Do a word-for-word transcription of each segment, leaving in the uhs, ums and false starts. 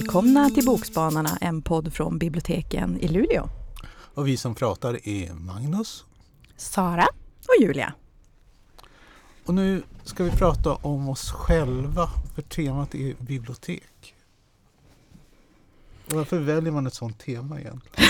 Välkomna till Bokspanarna, en podd från biblioteken i Luleå. Och vi som pratar är Magnus, Sara och Julia. Och nu ska vi prata om oss själva, för temat är bibliotek. Och varför väljer man ett sånt tema egentligen?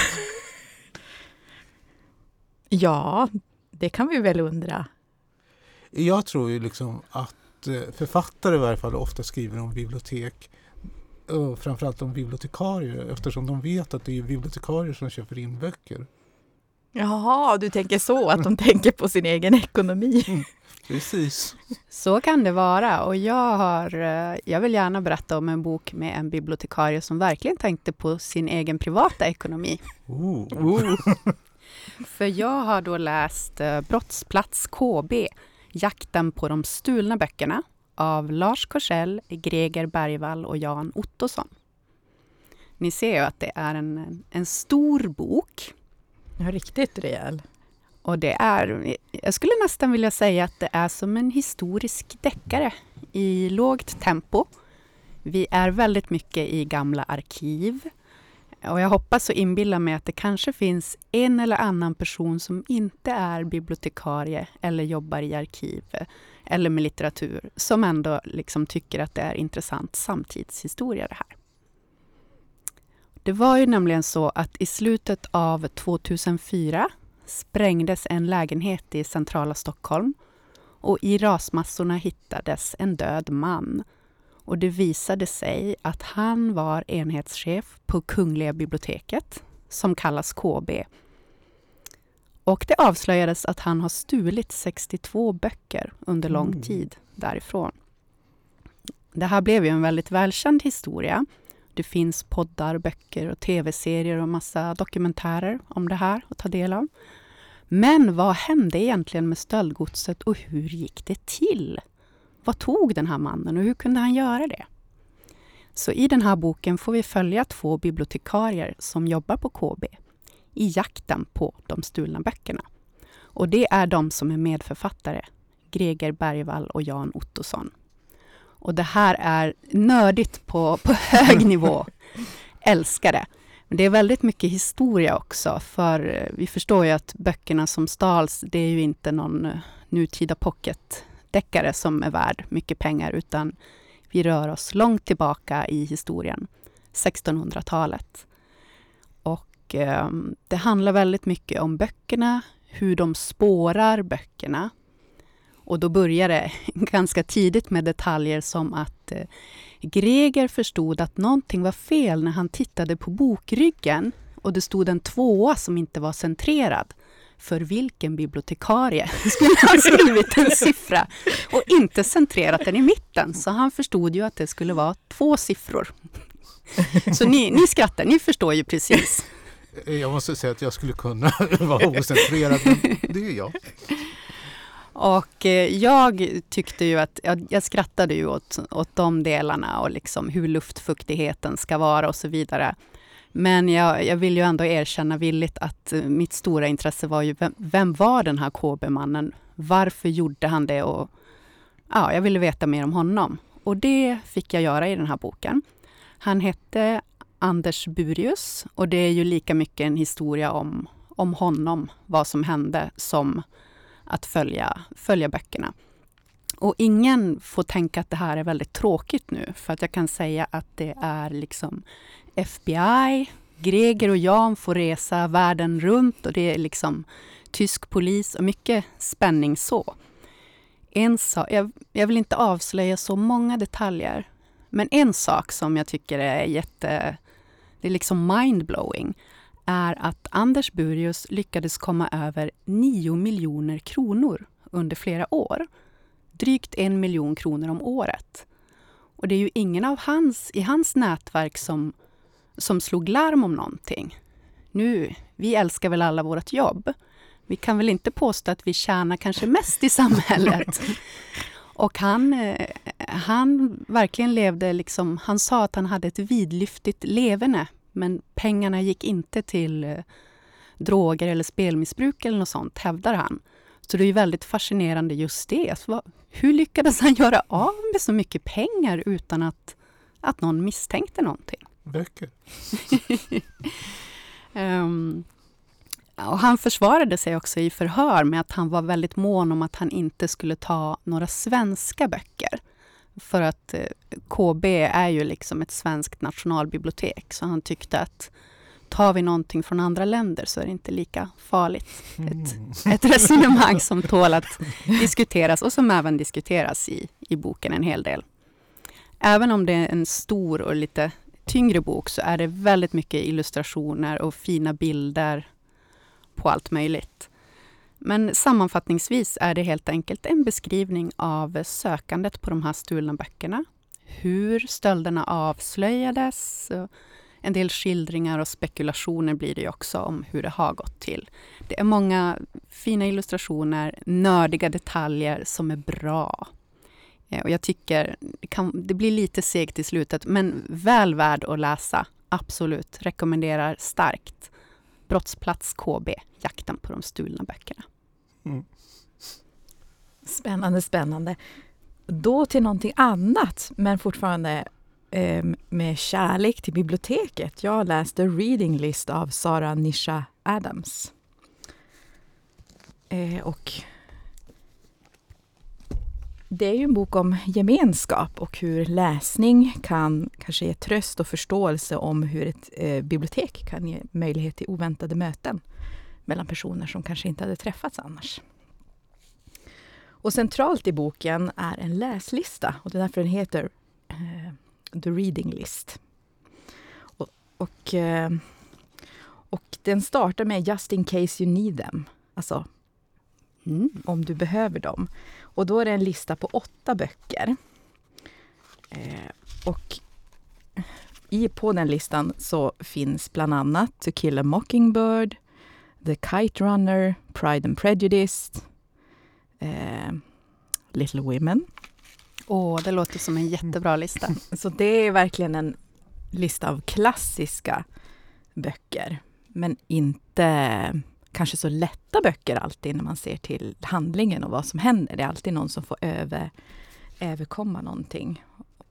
Ja, det kan vi väl undra. Jag tror ju liksom att författare i varje fall ofta skriver om bibliotek, och framförallt om bibliotekarier, eftersom de vet att det är bibliotekarier som köper in böcker. Jaha, du tänker så, att de tänker på sin egen ekonomi. Mm, precis. Så kan det vara, och jag, har, jag vill gärna berätta om en bok med en bibliotekarie som verkligen tänkte på sin egen privata ekonomi. Oh. Oh. För jag har då läst Brottsplats K B, Jakten på de stulna böckerna, av Lars Korsell, Greger Bergvall och Jan Ottosson. Ni ser ju att det är en, en stor bok. Ja, riktigt rejäl. Och det är, jag skulle nästan vilja säga att det är som en historisk deckare i lågt tempo. Vi är väldigt mycket i gamla arkiv. Och jag hoppas och inbillar mig att det kanske finns en eller annan person som inte är bibliotekarie eller jobbar i arkiv eller med litteratur, som ändå liksom tycker att det är intressant samtidshistoria det här. Det var ju nämligen så att i slutet av tjugohundrafyra sprängdes en lägenhet i centrala Stockholm, och i rasmassorna hittades en död man. Och det visade sig att han var enhetschef på Kungliga biblioteket, som kallas K B. Och det avslöjades att han har stulit sextiotvå böcker under lång Mm. tid därifrån. Det här blev ju en väldigt välkänd historia. Det finns poddar, böcker och tv-serier och massa dokumentärer om det här att ta del av. Men vad hände egentligen med stöldgodset och hur gick det till? Vad tog den här mannen och hur kunde han göra det? Så i den här boken får vi följa två bibliotekarier som jobbar på K B i jakten på de stulna böckerna. Och det är de som är medförfattare, Greger Bergvall och Jan Ottosson. Och det här är nördigt på, på hög nivå. Älskar det. Men det är väldigt mycket historia också, för vi förstår ju att böckerna som stals, det är ju inte någon nutida pocketdeckare som är värd mycket pengar, utan vi rör oss långt tillbaka i historien, sextonhundratalet. Och eh, det handlar väldigt mycket om böckerna, hur de spårar böckerna. Och då börjar det ganska tidigt med detaljer som att eh, Greger förstod att någonting var fel när han tittade på bokryggen och det stod en tvåa som inte var centrerad. För vilken bibliotekarie skulle ha skrivit en siffra och inte centrerat den i mitten. Så han förstod ju att det skulle vara två siffror. Så ni, ni skrattar, ni förstår ju precis. Jag måste säga att jag skulle kunna vara ocentrerad, men det är jag. Och eh, jag tyckte ju att, jag, jag skrattade ju åt, åt de delarna och liksom hur luftfuktigheten ska vara och så vidare. Men jag, jag vill ju ändå erkänna villigt att eh, mitt stora intresse var ju, vem, vem var den här K B-mannen? Varför gjorde han det? Och ja, jag ville veta mer om honom. Och det fick jag göra i den här boken. Han hette Anders Burius, och det är ju lika mycket en historia om, om honom, vad som hände, som att följa, följa böckerna. Och ingen får tänka att det här är väldigt tråkigt nu, för att jag kan säga att det är liksom F B I, Greger och Jan får resa världen runt, och det är liksom tysk polis och mycket spänning så. En sak, jag, jag vill inte avslöja så många detaljer, men en sak som jag tycker är jätte, det är liksom mindblowing, är att Anders Burius lyckades komma över nio miljoner kronor under flera år. Drygt en miljon kronor om året. Och det är ju ingen av hans, i hans nätverk som, som slog larm om någonting. Nu, vi älskar väl alla vårt jobb. Vi kan väl inte påstå att vi tjänar kanske mest i samhället. Och han, han verkligen levde liksom, han sa att han hade ett vidlyftigt leverne. Men pengarna gick inte till eh, droger eller spelmissbruk eller något sånt, hävdar han. Så det är ju väldigt fascinerande just det. Alltså, hur lyckades han göra av med så mycket pengar utan att, att någon misstänkte någonting? böcker. um, och han försvarade sig också i förhör med att han var väldigt mån om att han inte skulle ta några svenska böcker. För att eh, K B är ju liksom ett svenskt nationalbibliotek, så han tyckte att tar vi någonting från andra länder så är det inte lika farligt. Mm. Ett, ett resonemang som tål att diskuteras och som även diskuteras i, i boken en hel del. Även om det är en stor och lite tyngre bok så är det väldigt mycket illustrationer och fina bilder på allt möjligt. Men sammanfattningsvis är det helt enkelt en beskrivning av sökandet på de här stulna böckerna. Hur stölderna avslöjades. En del skildringar och spekulationer blir det också om hur det har gått till. Det är många fina illustrationer, nördiga detaljer som är bra. Och jag tycker det, kan, det blir lite segt i slutet, men väl värd att läsa. Absolut, rekommenderar starkt. Brottsplats K B, jakten på de stulna böckerna. Mm. Spännande, spännande. Då till någonting annat, men fortfarande eh, med kärlek till biblioteket. Jag läste Reading List av Sarah Nisha Adams. Eh, och det är ju en bok om gemenskap och hur läsning kan kanske ge tröst och förståelse om hur ett eh, bibliotek kan ge möjlighet till oväntade möten mellan personer som kanske inte hade träffats annars. Och centralt i boken är en läslista och det är därför den heter eh, The Reading List. Och, och, eh, och den startar med Just in case you need them, alltså mm, om du behöver dem. Och då är det en lista på åtta böcker. Eh, och i, på den listan så finns bland annat To Kill a Mockingbird, The Kite Runner, Pride and Prejudice, eh, Little Women. Åh, det låter som en jättebra lista. Så det är verkligen en lista av klassiska böcker. Men inte kanske så lätta böcker alltid när man ser till handlingen och vad som händer. Det är alltid någon som får över, överkomma någonting.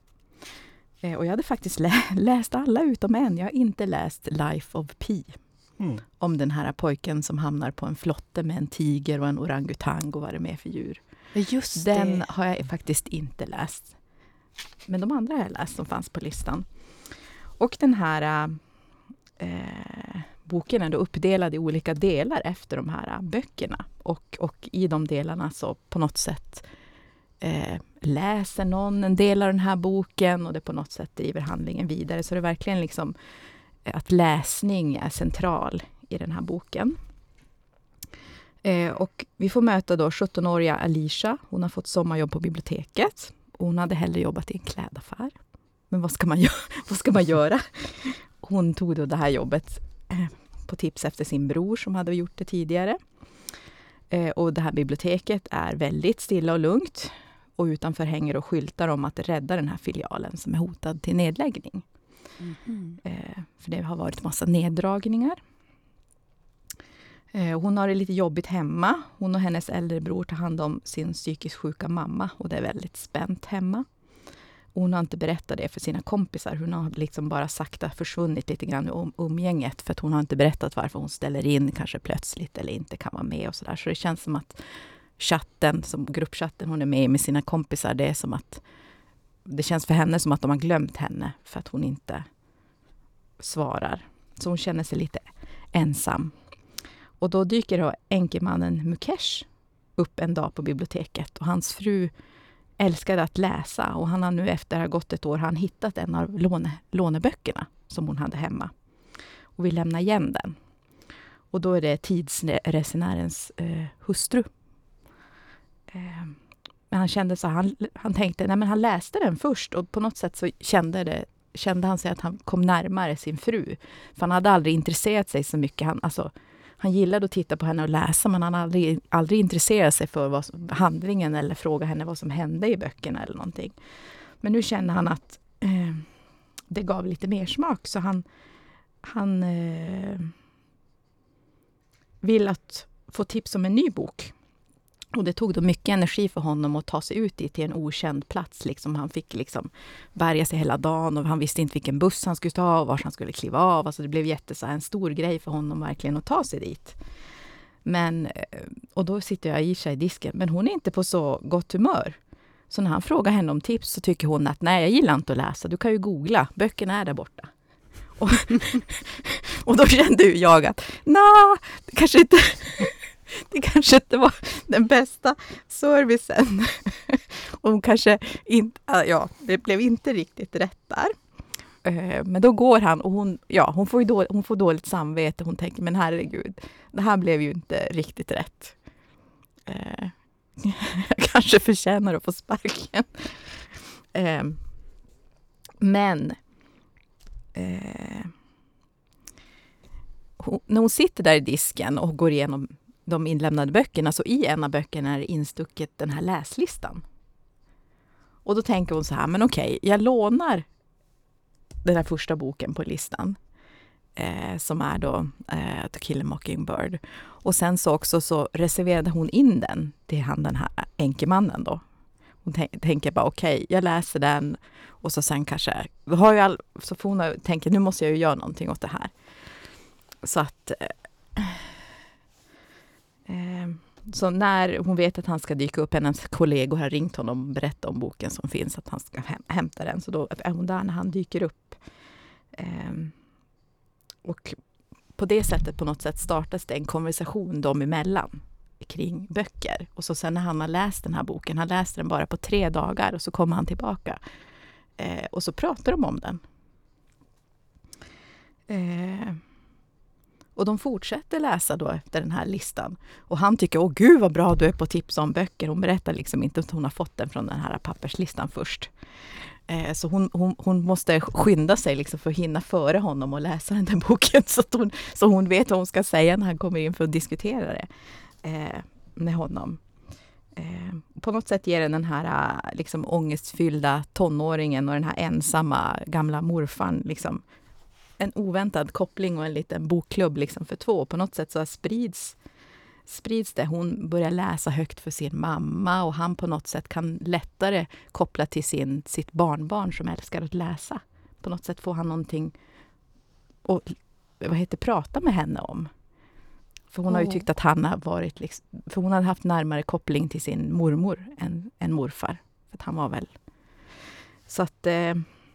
Eh, och jag hade faktiskt lä- läst alla utom en. Jag har inte läst Life of Pi. Mm. Om den här pojken som hamnar på en flotte med en tiger och en orangutang och vad det är med för djur. Just Den det. har jag faktiskt inte läst. Men de andra har jag läst som fanns på listan. Och den här eh, boken är då uppdelad i olika delar efter de här böckerna. Och, och i de delarna så på något sätt eh, läser någon en del av den här boken och det på något sätt driver handlingen vidare. Så det är verkligen liksom att läsning är central i den här boken. Eh, och vi får möta då sjuttonåriga Alicia. Hon har fått sommarjobb på biblioteket. Och hon hade hellre jobbat i en klädaffär. Men vad ska man, gö- vad ska man göra? Hon tog då det här jobbet eh, på tips efter sin bror som hade gjort det tidigare. Eh, och det här biblioteket är väldigt stilla och lugnt. Och utanför hänger och skyltar om att rädda den här filialen som är hotad till nedläggning. Mm. Eh, för det har varit massa neddragningar. Eh, hon har det lite jobbigt hemma. Hon och hennes äldre bror tar hand om sin psykiskt sjuka mamma. Och det är väldigt spänt hemma. Och hon har inte berättat det för sina kompisar. Hon har liksom bara sakta försvunnit lite grann om umgänget. För att hon har inte berättat varför hon ställer in kanske plötsligt eller inte kan vara med och sådär. Så det känns som att chatten, som gruppchatten hon är med med sina kompisar, det är som att det känns för henne som att de har glömt henne för att hon inte svarar. Så hon känner sig lite ensam. Och då dyker då enkemannen Mukesh upp en dag på biblioteket. Och hans fru älskade att läsa. Och han har nu efter att ha gått ett år han hittat en av låne, låneböckerna som hon hade hemma. Och vill lämna igen den. Och då är det tidsresenärens eh, hustru. Eh, Men han kände så han, han tänkte, nej men han läste den först och på något sätt så kände, det, kände han sig att han kom närmare sin fru. För han hade aldrig intresserat sig så mycket. Han, alltså, han gillade att titta på henne och läsa men han hade aldrig, aldrig intresserat sig för vad, handlingen eller fråga henne vad som hände i böckerna eller någonting. Men nu kände han att eh, det gav lite mer smak så han, han eh, vill att få tips om en ny bok. Och det tog då mycket energi för honom att ta sig ut dit till en okänd plats. Liksom. Han fick liksom bärga sig hela dagen och han visste inte vilken buss han skulle ta och var han skulle kliva av. Alltså det blev jätte, så här, en stor grej för honom verkligen att ta sig dit. Men, och då sitter jag i sig i disken. Men hon är inte på så gott humör. Så när han frågar henne om tips så tycker hon att nej, jag gillar inte att läsa. Du kan ju googla. Böckerna är där borta. Och, och då kände ju jag att nej, det kanske inte... Det kanske inte var den bästa servicen. Och hon kanske inte, ja, det blev inte riktigt rätt där. Men då går han och hon, ja, hon får ju då, hon får dåligt samvete. Hon tänker, men herregud, det här blev ju inte riktigt rätt. Jag kanske förtjänar att få sparken. Men hon, när hon sitter där i disken och går igenom de inlämnade böckerna, så i en av böckerna är det instucket den här läslistan. Och då tänker hon så här, men okej, jag lånar den här första boken på listan. Eh, som är då eh, To Kill a Mockingbird. Och sen så också så reserverade hon in den till han, den här enkemannen då. Hon t- tänker bara, okej, jag läser den. Och så sen kanske, har jag all, så får hon tänka, nu måste jag ju göra någonting åt det här. Så att... Eh, Så när hon vet att han ska dyka upp, hennes kollegor har ringt honom och berättat om boken som finns, att han ska häm- hämta den. Så då är hon där när han dyker upp. Um, och på det sättet på något sätt startas det en konversation dem emellan kring böcker. Och så sen när han har läst den här boken, han läste den bara på tre dagar och så kommer han tillbaka. Uh, och så pratar de om den. Uh, Och de fortsätter läsa då efter den här listan. Och han tycker, åh gud vad bra du är på tips om böcker. Hon berättar liksom inte att hon har fått den från den här papperslistan först. Eh, så hon, hon, hon måste skynda sig liksom för att hinna före honom och läsa den där boken. Så, att hon, så hon vet vad hon ska säga när han kommer in för att diskutera det eh, med honom. Eh, på något sätt ger den den här liksom, ångestfyllda tonåringen och den här ensamma gamla morfan liksom, en oväntad koppling och en liten bokklubb liksom för två. På något sätt så sprids, sprids det. Hon börjar läsa högt för sin mamma och han på något sätt kan lättare koppla till sin, sitt barnbarn som älskar att läsa. På något sätt får han någonting att vad heter, prata med henne om. För hon oh. har ju tyckt att han har varit liksom, för hon hade haft närmare koppling till sin mormor än, än morfar. För att han var väl... Så att... Eh,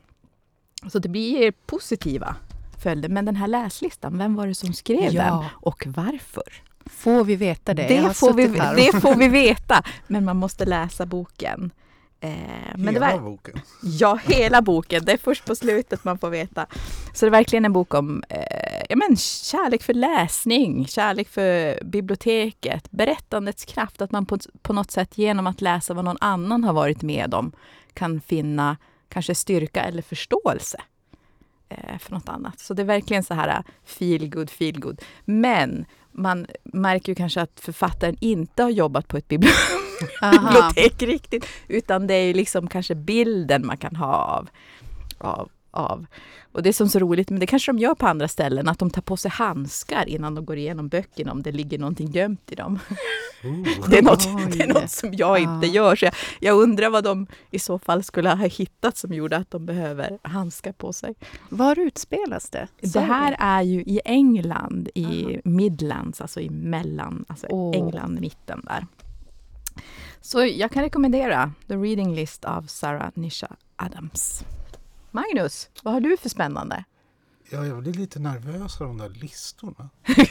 Så det blir positiva följder. Men den här läslistan, vem var det som skrev ja. den? Och varför? Får vi veta det? Det, får vi, det får vi veta. Men man måste läsa boken. Eh, men hela det var, boken? Ja, hela boken. Det är först på slutet man får veta. Så det är verkligen en bok om eh, ja, men kärlek för läsning. Kärlek för biblioteket. Berättandets kraft. Att man på, på något sätt genom att läsa vad någon annan har varit med om kan finna kanske styrka eller förståelse eh, för något annat. Så det är verkligen så här feel good, feel good. Men man märker ju kanske att författaren inte har jobbat på ett bibliotek riktigt. Utan det är ju liksom kanske bilden man kan ha av, av, av. Och det är som så roligt, men det kanske de gör på andra ställen, att de tar på sig handskar innan de går igenom böckerna om det ligger någonting gömt i dem. Oh. Det, är något, det är något som jag inte ah. gör. Så jag, jag undrar vad de i så fall skulle ha hittat som gjorde att de behöver handskar på sig. Var utspelas det? Det här är ju i England, i ah. Midlands, alltså i mellan, alltså oh. England, mitten där. Så jag kan rekommendera The Reading List av Sarah Nisha Adams. Magnus, vad har du för spännande? Ja, jag blir lite nervös av de där listorna.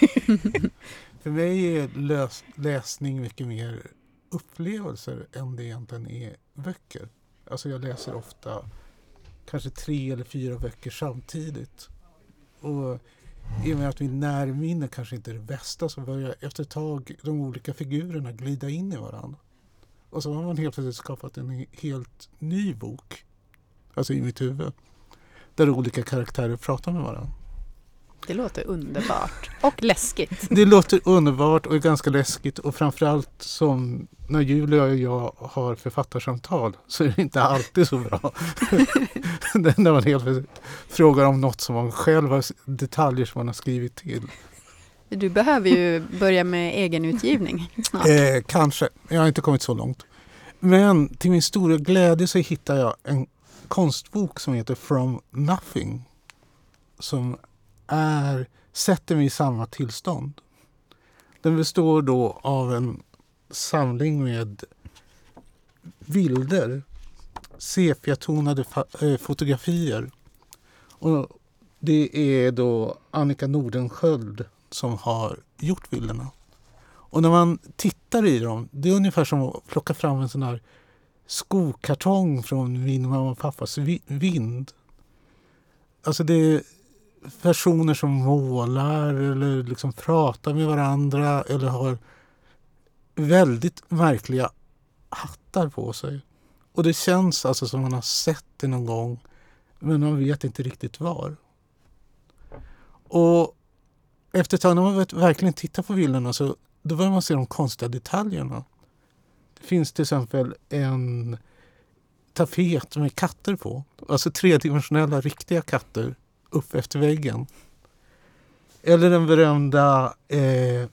För mig är lös, läsning mycket mer upplevelser än det egentligen är böcker. Alltså jag läser ofta kanske tre eller fyra böcker samtidigt. Och i och med att min närminne kanske inte är det bästa så börjar efter ett tag de olika figurerna glida in i varandra. Och så har man helt plötsligt skapat en helt ny bok. Alltså i mitt huvud. Där olika karaktärer pratar med varandra. Det låter underbart. Och läskigt. Det låter underbart och är ganska läskigt. Och framförallt som när Julia och jag har författarsamtal så är det inte alltid så bra. När man helt plötsligt frågar om något som man själv har, detaljer som man har skrivit till. Du behöver ju börja med egen utgivning snart. Eh, kanske. Jag har inte kommit så långt. Men till min stora glädje så hittar jag en konstbok som heter From Nothing. Som är, sätter mig i samma tillstånd. Den består då av en samling med bilder, sepiatonade fa- äh, fotografier. Och det är då Annika Nordenskjöld som har gjort bilderna. Och när man tittar i dem, det är ungefär som att plocka fram en sån här skokartong från min mamma och pappas vi- vind. Alltså det är personer som målar eller liksom pratar med varandra eller har väldigt märkliga hattar på sig. Och det känns alltså som man har sett det någon gång, men man vet inte riktigt var. Och efter ett tag när man verkligen tittar på bilderna så då börjar man se de konstiga detaljerna. Det finns till exempel en tapet med katter på. Alltså tredimensionella riktiga katter upp efter väggen. Eller den berömda eh,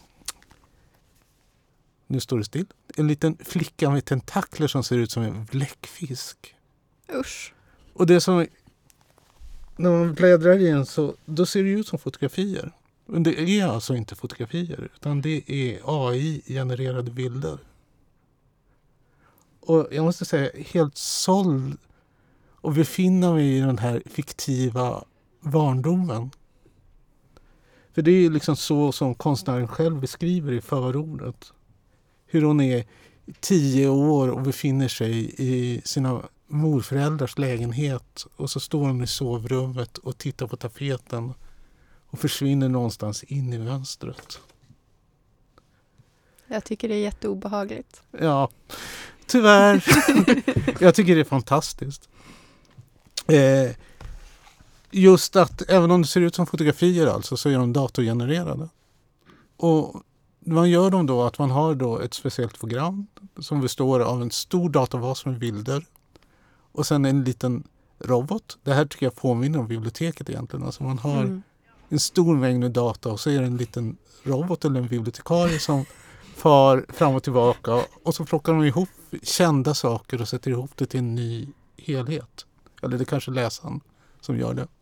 nu står det still. En liten flicka med tentakler som ser ut som en bläckfisk. Usch. Och det som när man bläddrar i en så då ser det ut som fotografier. Men det är alltså inte fotografier utan det är A I-genererade bilder. Och jag måste säga helt såld och befinna mig i den här fiktiva barndomen. För det är liksom så som konstnären själv beskriver i förordet. Hur hon är tio år och befinner sig i sina morföräldrars lägenhet och så står hon i sovrummet och tittar på tapeten och försvinner någonstans in i mönstret. Jag tycker det är jätteobehagligt. Ja, tyvärr. Jag tycker det är fantastiskt. Eh, just att även om det ser ut som fotografier alltså så är de datorgenererade. Och man gör dem då att man har då ett speciellt program som består av en stor databas med bilder och sen en liten robot. Det här tycker jag påminner om biblioteket egentligen. Alltså man har mm. en stor mängd med data och så är det en liten robot eller en bibliotekarie som far fram och tillbaka och så plockar de ihop kända saker och sätter ihop det till en ny helhet. Eller det kanske läsaren som gör det.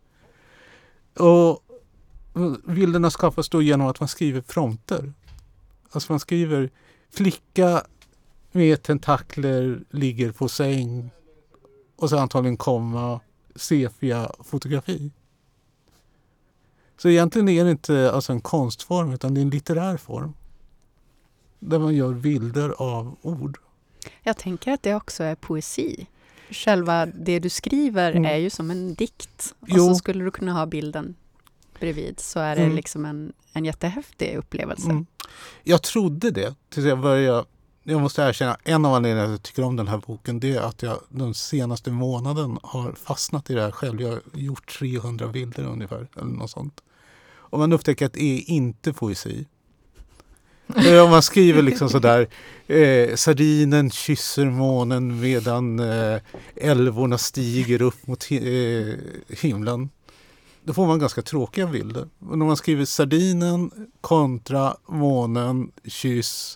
Och bilderna skapas då genom att man skriver prompter. Alltså man skriver flicka med tentakler ligger på säng och så antagligen komma sepia fotografi. Så egentligen är det inte alltså en konstform utan det är en litterär form. Där man gör bilder av ord. Jag tänker att det också är poesi. Själva det du skriver mm. är ju som en dikt. Och jo. Så skulle du kunna ha bilden bredvid. Så är det mm. liksom en, en jättehäftig upplevelse. Mm. Jag trodde det tills jag började. Jag måste erkänna, en av anledningarna att jag tycker om den här boken det är att jag den senaste månaden har fastnat i det här själv. Jag har gjort trehundra bilder ungefär. Eller något sånt. Och man upptäcker att det är inte poesi. Om man skriver liksom sådär eh, sardinen kysser månen medan eh, älvorna stiger upp mot hi- eh, himlen. Då får man ganska tråkiga bilder. Och när man skriver sardinen kontra månen kyss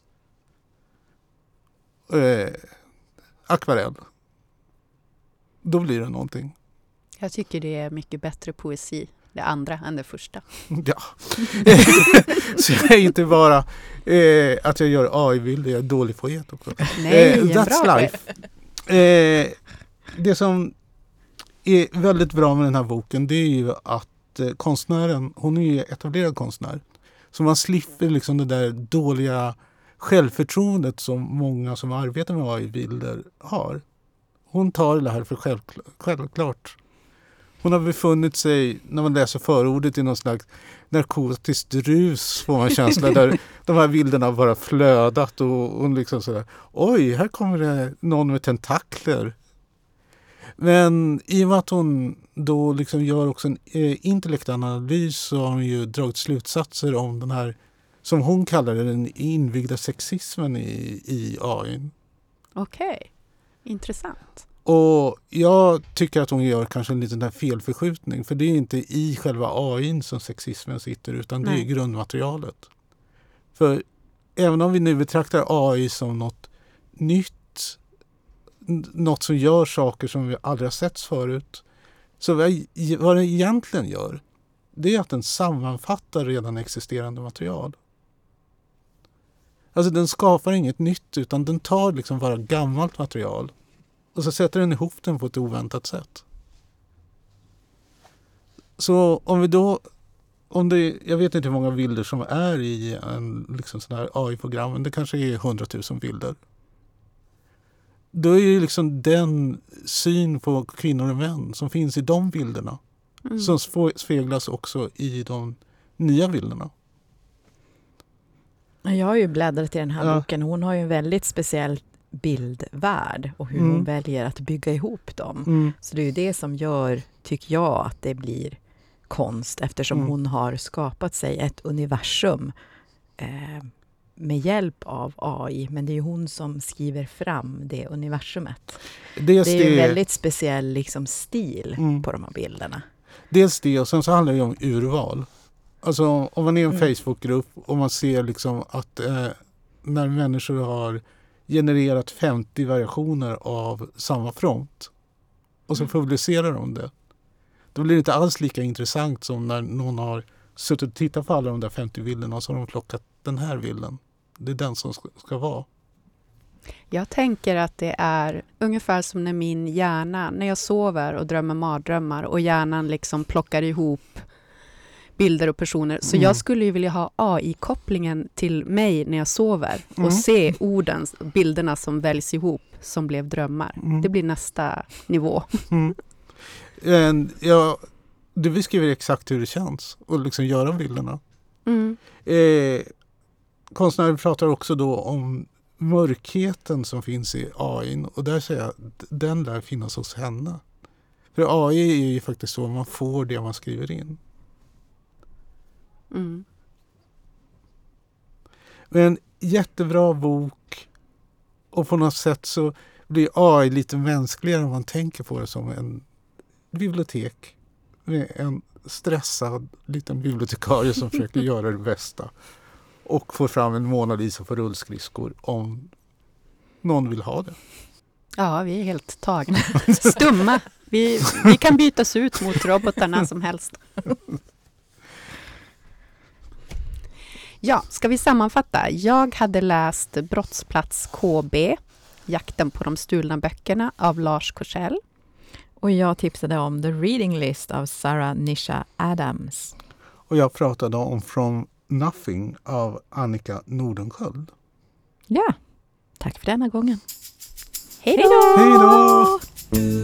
eh, akvarell då blir det någonting. Jag tycker det är mycket bättre poesi det andra än det första. Ja. Så jag är inte bara eh, att jag gör A I-bilder, jag är dålig poet också. Nej, eh, that's bra life. Eh, det som är väldigt bra med den här boken det är ju att eh, konstnären, hon är ju etablerad konstnär. Så man slipper liksom det där dåliga självförtroendet som många som arbetar med A I-bilder har. Hon tar det här för självklart. självklart. Hon har befunnit sig, när man läser förordet, i någon slags narkotiskt rus får man känsla där de här bilderna bara flödat och hon liksom sådär, oj, här kommer det någon med tentakler. Men i och med att hon då liksom gör också en eh, intellektuell analys så har hon ju dragit slutsatser om den här, som hon kallar det, den inbyggda sexismen i, i A I. Okej, okay. Intressant. Och jag tycker att hon gör kanske en liten där felförskjutning. För det är inte i själva A I som sexismen sitter, utan det är Nej. grundmaterialet. För även om vi nu betraktar A I som något nytt, något som gör saker som vi aldrig har sett förut, så vad det egentligen gör, det är att den sammanfattar redan existerande material. Alltså den skapar inget nytt, utan den tar liksom bara gammalt material och så sätter den ihop den på ett oväntat sätt. Så om vi då, om det, jag vet inte hur många bilder som är i en liksom sån här A I-program, men det kanske är hundratusen bilder. Då är ju liksom den syn på kvinnor och män som finns i de bilderna mm. som speglas också i de nya bilderna. Jag har ju bläddrat i den här ja. boken. Hon har ju en väldigt speciell bildvärld och hur mm. hon väljer att bygga ihop dem. Mm. Så det är ju det som gör, tycker jag, att det blir konst, eftersom mm. hon har skapat sig ett universum eh, med hjälp av A I, men det är ju hon som skriver fram det universumet. Dels det är ju en väldigt speciell liksom, stil mm. på de här bilderna. Dels det, och sen så handlar det om urval. Alltså om man är en mm. Facebookgrupp och man ser liksom att eh, när människor har genererat femtio variationer av samma front och så mm. publicerar de det, då blir det inte alls lika intressant som när någon har suttit och tittat på alla de där femtio bilderna och så har de plockat den här bilden. Det är den som ska, ska vara. Jag tänker att det är ungefär som när min hjärna, när jag sover och drömmer mardrömmar och hjärnan liksom plockar ihop bilder och personer. Så mm. jag skulle ju vilja ha A I-kopplingen till mig när jag sover och mm. se orden, bilderna som väljs ihop som blev drömmar. Mm. Det blir nästa nivå. Mm. En, ja, du beskriver exakt hur det känns och liksom göra bilderna. Mm. Eh, konstnären pratar också då om mörkheten som finns i A I, och där säger jag att den där finns hos henne. För A I är ju faktiskt så att man får det man skriver in. Mm. Men jättebra bok, och på något sätt så blir A I lite mänskligare om man tänker på det som en bibliotek med en stressad liten bibliotekarie som försöker göra det bästa och får fram en Mona Lisa på rullskridskor om någon vill ha det. Ja, vi är helt tagna. Stumma. Vi, vi kan bytas ut mot robotarna som helst. Ja, ska vi sammanfatta? Jag hade läst Brottsplats K B, Jakten på de stulna böckerna av Lars Korsell. Och jag tipsade om The Reading List av Sarah Nisha Adams. Och jag pratade om From Nothing av Annika Nordenskjöld. Ja, tack för denna gången. Hej då! Hej då!